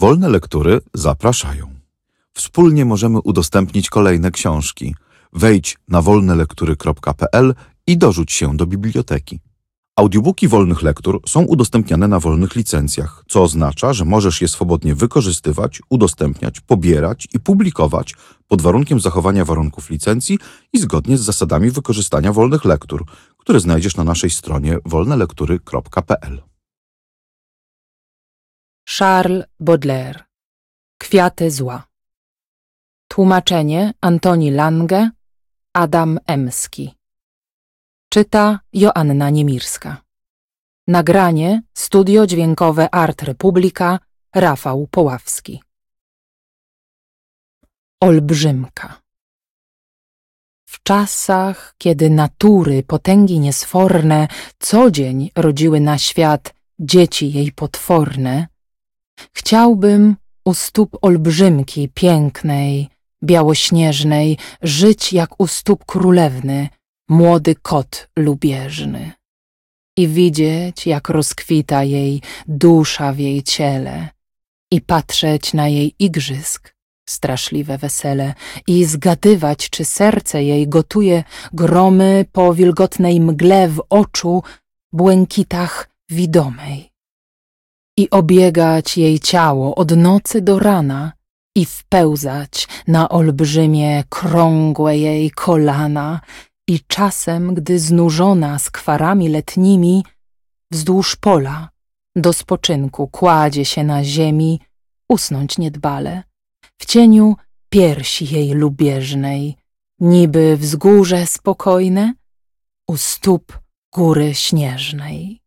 Wolne lektury zapraszają. Wspólnie możemy udostępnić kolejne książki. Wejdź na wolnelektury.pl i dorzuć się do biblioteki. Audiobooki wolnych lektur są udostępniane na wolnych licencjach, co oznacza, że możesz je swobodnie wykorzystywać, udostępniać, pobierać i publikować pod warunkiem zachowania warunków licencji i zgodnie z zasadami wykorzystania wolnych lektur, które znajdziesz na naszej stronie wolnelektury.pl. Charles Baudelaire. Kwiaty zła. Tłumaczenie Antoni Lange, Adam Emski. Czyta Joanna Niemirska. Nagranie Studio Dźwiękowe Art Republika, Rafał Poławski. Olbrzymka. W czasach, kiedy natury potęgi niesforne co dzień rodziły na świat dzieci jej potworne, chciałbym u stóp olbrzymki pięknej, białośnieżnej żyć jak u stóp królewny, młody kot lubieżny. I widzieć, jak rozkwita jej dusza w jej ciele, i patrzeć na jej igrzysk, straszliwe wesele, i zgadywać, czy serce jej gotuje gromy po wilgotnej mgle w oczu, błękitach widomej. I obiegać jej ciało od nocy do rana i wpełzać na olbrzymie, krągłe jej kolana i czasem, gdy znużona skwarami letnimi, wzdłuż pola do spoczynku kładzie się na ziemi, usnąć niedbale, w cieniu piersi jej lubieżnej, niby wzgórze spokojne u stóp góry śnieżnej.